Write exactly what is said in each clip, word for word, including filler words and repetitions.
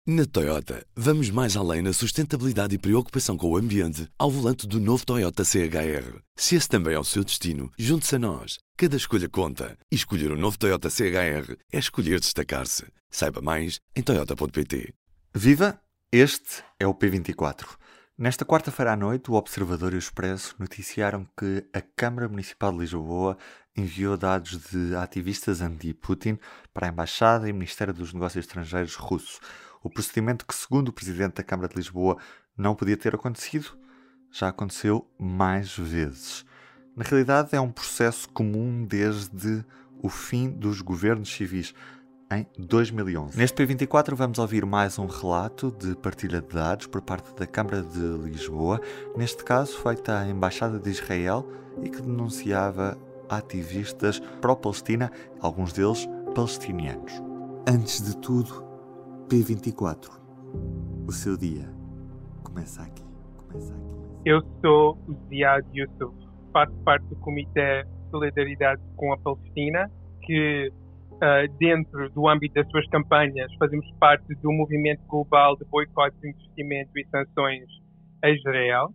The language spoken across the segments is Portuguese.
Na Toyota, vamos mais além na sustentabilidade e preocupação com o ambiente ao volante do novo Toyota C H R. Se esse também é o seu destino, junte-se a nós. Cada escolha conta. E escolher o novo Toyota C H R é escolher destacar-se. Saiba mais em toyota ponto pt. Viva! Este é o P vinte e quatro. Nesta quarta-feira à noite, o Observador e o Expresso noticiaram que a Câmara Municipal de Lisboa enviou dados de ativistas anti-Putin para a Embaixada e Ministério dos Negócios Estrangeiros russo. O procedimento que, segundo o Presidente da Câmara de Lisboa, não podia ter acontecido, já aconteceu mais vezes. Na realidade, é um processo comum desde o fim dos governos civis, em dois mil e onze. Neste P vinte e quatro vamos ouvir mais um relato de partilha de dados por parte da Câmara de Lisboa, neste caso feita à Embaixada de Israel e que denunciava ativistas pró-Palestina, alguns deles palestinianos. Antes de tudo, P vinte e quatro. O seu dia começa aqui. Começa aqui. Eu sou o Ziad Yusuf, faço parte do Comitê de Solidariedade com a Palestina, que uh, dentro do âmbito das suas campanhas fazemos parte do movimento global de boicote de investimento e sanções a Israel.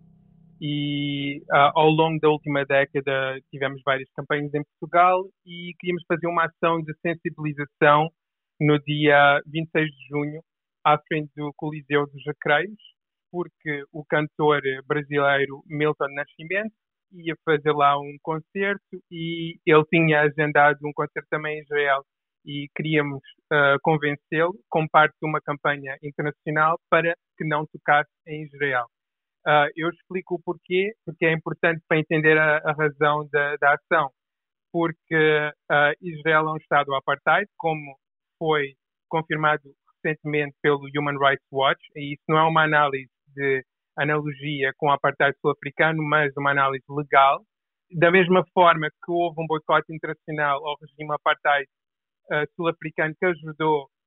E uh, ao longo da última década tivemos várias campanhas em Portugal e queríamos fazer uma ação de sensibilização no dia vinte e seis de junho, à frente do Coliseu dos Recreios, porque o cantor brasileiro Milton Nascimento ia fazer lá um concerto e ele tinha agendado um concerto também em Israel e queríamos uh, convencê-lo, como parte de uma campanha internacional, para que não tocasse em Israel. Uh, eu explico o porquê, porque é importante para entender a, a razão da, da ação, porque uh, Israel é um Estado apartheid, como foi confirmado recentemente pelo Human Rights Watch, e isso não é uma análise de analogia com o apartheid sul-africano, mas uma análise legal. Da mesma forma que houve um boicote internacional ao regime apartheid uh, sul-africano que ajudou uh,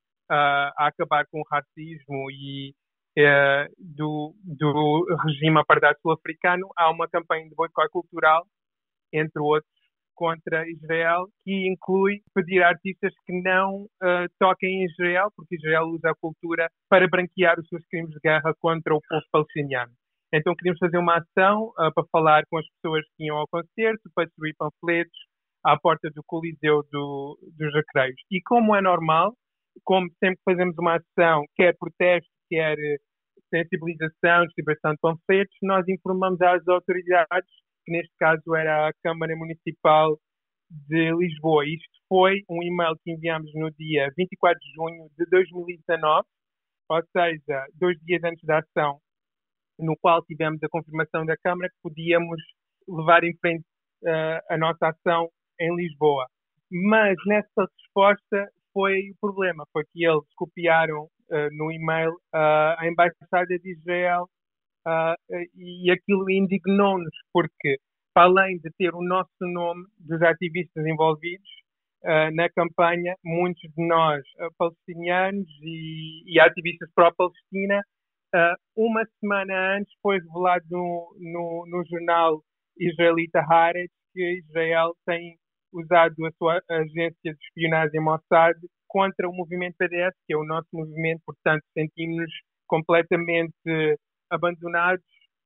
a acabar com o racismo e uh, do, do regime apartheid sul-africano, há uma campanha de boicote cultural, entre outros, contra Israel, que inclui pedir a artistas que não uh, toquem em Israel, porque Israel usa a cultura para branquear os seus crimes de guerra contra o povo palestiniano. Então queríamos fazer uma ação uh, para falar com as pessoas que iam ao concerto, para distribuir panfletos à porta do Coliseu do, dos Recreios. E como é normal, como sempre que fazemos uma ação, quer protesto, quer sensibilização, distribuição de panfletos, nós informamos às autoridades, que neste caso era a Câmara Municipal de Lisboa. Isto foi um e-mail que enviámos no dia vinte e quatro de junho de dois mil e dezanove, ou seja, dois dias antes da ação, no qual tivemos a confirmação da Câmara que podíamos levar em frente uh, a nossa ação em Lisboa. Mas nessa resposta foi o problema, foi que eles copiaram uh, no e-mail uh, a Embaixada de Israel. Uh, e aquilo indignou-nos, porque, para além de ter o nosso nome dos ativistas envolvidos uh, na campanha, muitos de nós, uh, palestinianos e, e ativistas pró-Palestina, uh, uma semana antes foi revelado no, no, no jornal israelita Haaretz que Israel tem usado a sua agência de espionagem Mossad contra o movimento P D S, que é o nosso movimento, portanto sentimos-nos completamente abandonados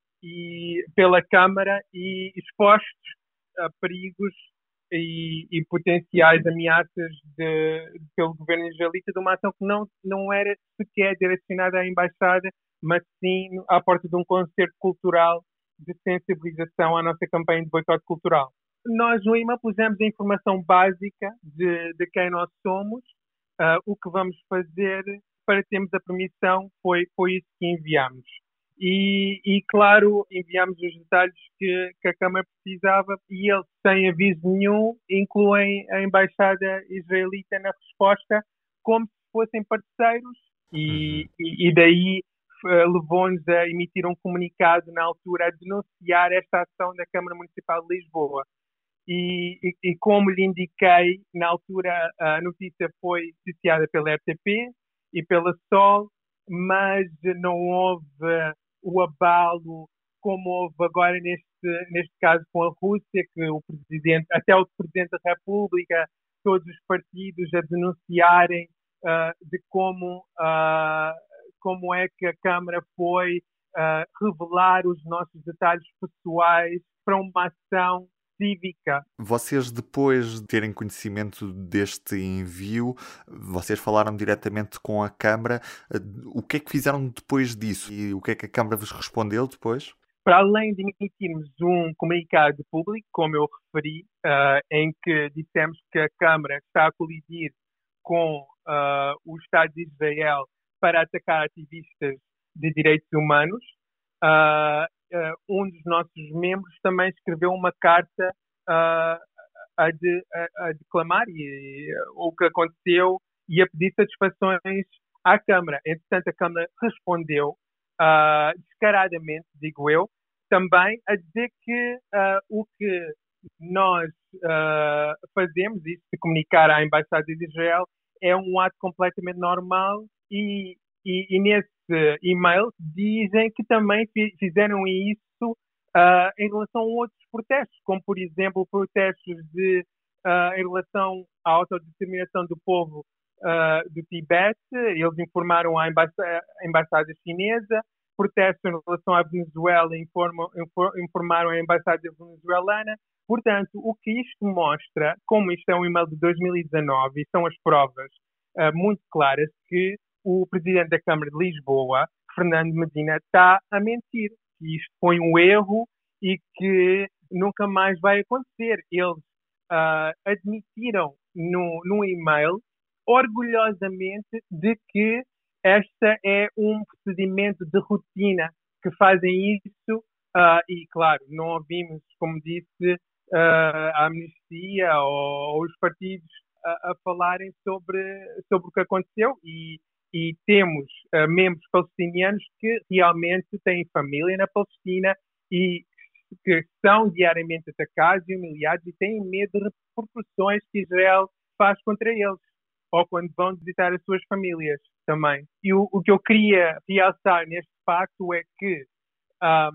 e, pela Câmara e expostos a perigos e, e potenciais ameaças de, pelo governo israelita de uma ação que não, não era sequer direcionada à Embaixada, mas sim à porta de um concerto cultural de sensibilização à nossa campanha de boicote cultural. Nós no e-mail pusemos a informação básica de, de quem nós somos, uh, o que vamos fazer para termos a permissão, foi, foi isso que enviámos. E, e, claro, enviámos os detalhes que, que a Câmara precisava e eles, sem aviso nenhum, incluem a Embaixada Israelita na resposta como se fossem parceiros e, e, e daí uh, levou-nos a emitir um comunicado na altura a denunciar esta ação da Câmara Municipal de Lisboa. E, e, e como lhe indiquei, na altura a notícia foi noticiada pela R T P e pela Sol, mas não houve o abalo como houve agora neste, neste caso com a Rússia, que o Presidente, até o Presidente da República, todos os partidos a denunciarem uh, de como, uh, como é que a Câmara foi uh, revelar os nossos detalhes pessoais para uma ação cívica. Vocês, depois de terem conhecimento deste envio, vocês falaram diretamente com a Câmara. O que é que fizeram depois disso? E o que é que a Câmara vos respondeu depois? Para além de emitirmos um comunicado público, como eu referi, uh, em que dissemos que a Câmara está a colidir com uh, o Estado de Israel para atacar ativistas de direitos humanos, uh, uh, um dos nossos membros também escreveu uma carta uh, a, de, a, a declamar e, uh, o que aconteceu e a pedir satisfações à Câmara. Entretanto, a Câmara respondeu Uh, descaradamente, digo eu, também a dizer que uh, o que nós uh, fazemos, isso de comunicar à Embaixada de Israel, é um ato completamente normal e, e, e nesse e-mail dizem que também fizeram isso uh, em relação a outros protestos, como por exemplo protestos de, uh, em relação à autodeterminação do povo Uh, do Tibete. Eles informaram a embaixada, a embaixada chinesa, protestos em relação à Venezuela, informam, informaram a embaixada venezuelana. Portanto, o que isto mostra, como isto é um e-mail de dois mil e dezanove, e são as provas uh, muito claras que o presidente da Câmara de Lisboa, Fernando Medina, está a mentir, que isto foi um erro e que nunca mais vai acontecer. Eles uh, admitiram no, no e-mail orgulhosamente de que esta é um procedimento de rotina, que fazem isso uh, e, claro, não ouvimos, como disse, uh, a amnistia ou, ou os partidos a, a falarem sobre, sobre o que aconteceu e, e temos uh, membros palestinianos que realmente têm família na Palestina e que são diariamente atacados e humilhados e têm medo de repercussões que Israel faz contra eles, ou quando vão visitar as suas famílias também. E o, o que eu queria realçar neste facto é que um,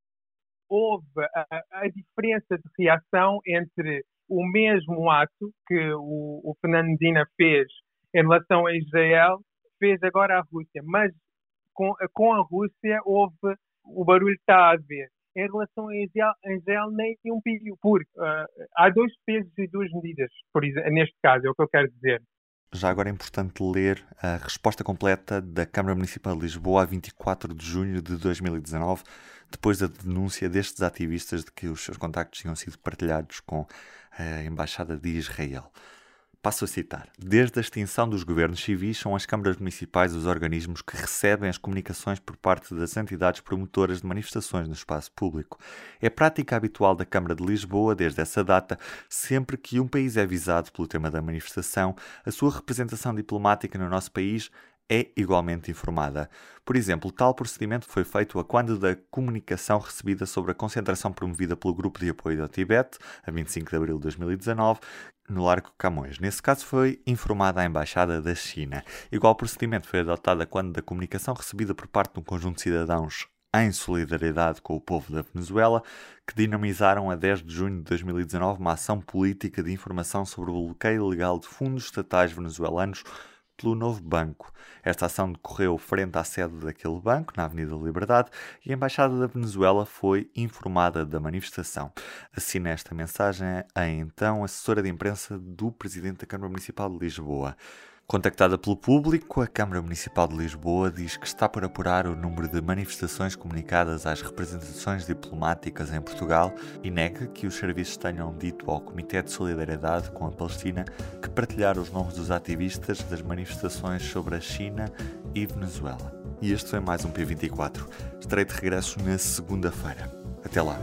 houve a, a diferença de reação entre o mesmo ato que o, o Fernando Medina fez em relação a Israel, fez agora a Rússia. Mas com, com a Rússia houve, o barulho está a haver. Em relação a Israel, a Israel nem um pediu, porque uh, há dois pesos e duas medidas, por, neste caso, é o que eu quero dizer. Já agora é importante ler a resposta completa da Câmara Municipal de Lisboa a vinte e quatro de junho de dois mil e dezanove, depois da denúncia destes ativistas de que os seus contactos tinham sido partilhados com a Embaixada de Israel. Passo a citar. Desde a extinção dos governos civis, são as câmaras municipais os organismos que recebem as comunicações por parte das entidades promotoras de manifestações no espaço público. É prática habitual da Câmara de Lisboa, desde essa data, sempre que um país é visado pelo tema da manifestação, a sua representação diplomática no nosso país é igualmente informada. Por exemplo, tal procedimento foi feito a quando da comunicação recebida sobre a concentração promovida pelo Grupo de Apoio ao Tibete, a vinte e cinco de abril de dois mil e dezanove, no Largo Camões. Nesse caso foi informada a Embaixada da China. Igual procedimento foi adotado a quando da comunicação recebida por parte de um conjunto de cidadãos em solidariedade com o povo da Venezuela, que dinamizaram a dez de junho de dois mil e dezanove uma ação política de informação sobre o bloqueio ilegal de fundos estatais venezuelanos pelo novo banco. Esta ação decorreu frente à sede daquele banco, na Avenida Liberdade, e a Embaixada da Venezuela foi informada da manifestação. Assina esta mensagem a então assessora de imprensa do Presidente da Câmara Municipal de Lisboa. Contactada pelo público, a Câmara Municipal de Lisboa diz que está por apurar o número de manifestações comunicadas às representações diplomáticas em Portugal e nega que os serviços tenham dito ao Comitê de Solidariedade com a Palestina que partilharam os nomes dos ativistas das manifestações sobre a China e Venezuela. E este foi mais um P vinte e quatro. Estarei de regresso na segunda-feira. Até lá.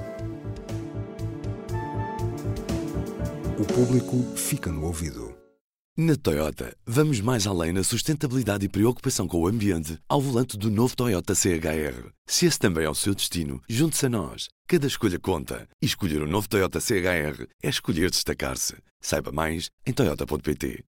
O público fica no ouvido. Na Toyota, vamos mais além na sustentabilidade e preocupação com o ambiente ao volante do novo Toyota C H R. Se esse também é o seu destino, junte-se a nós. Cada escolha conta. E escolher o novo Toyota C H R é escolher destacar-se. Saiba mais em toyota ponto pt.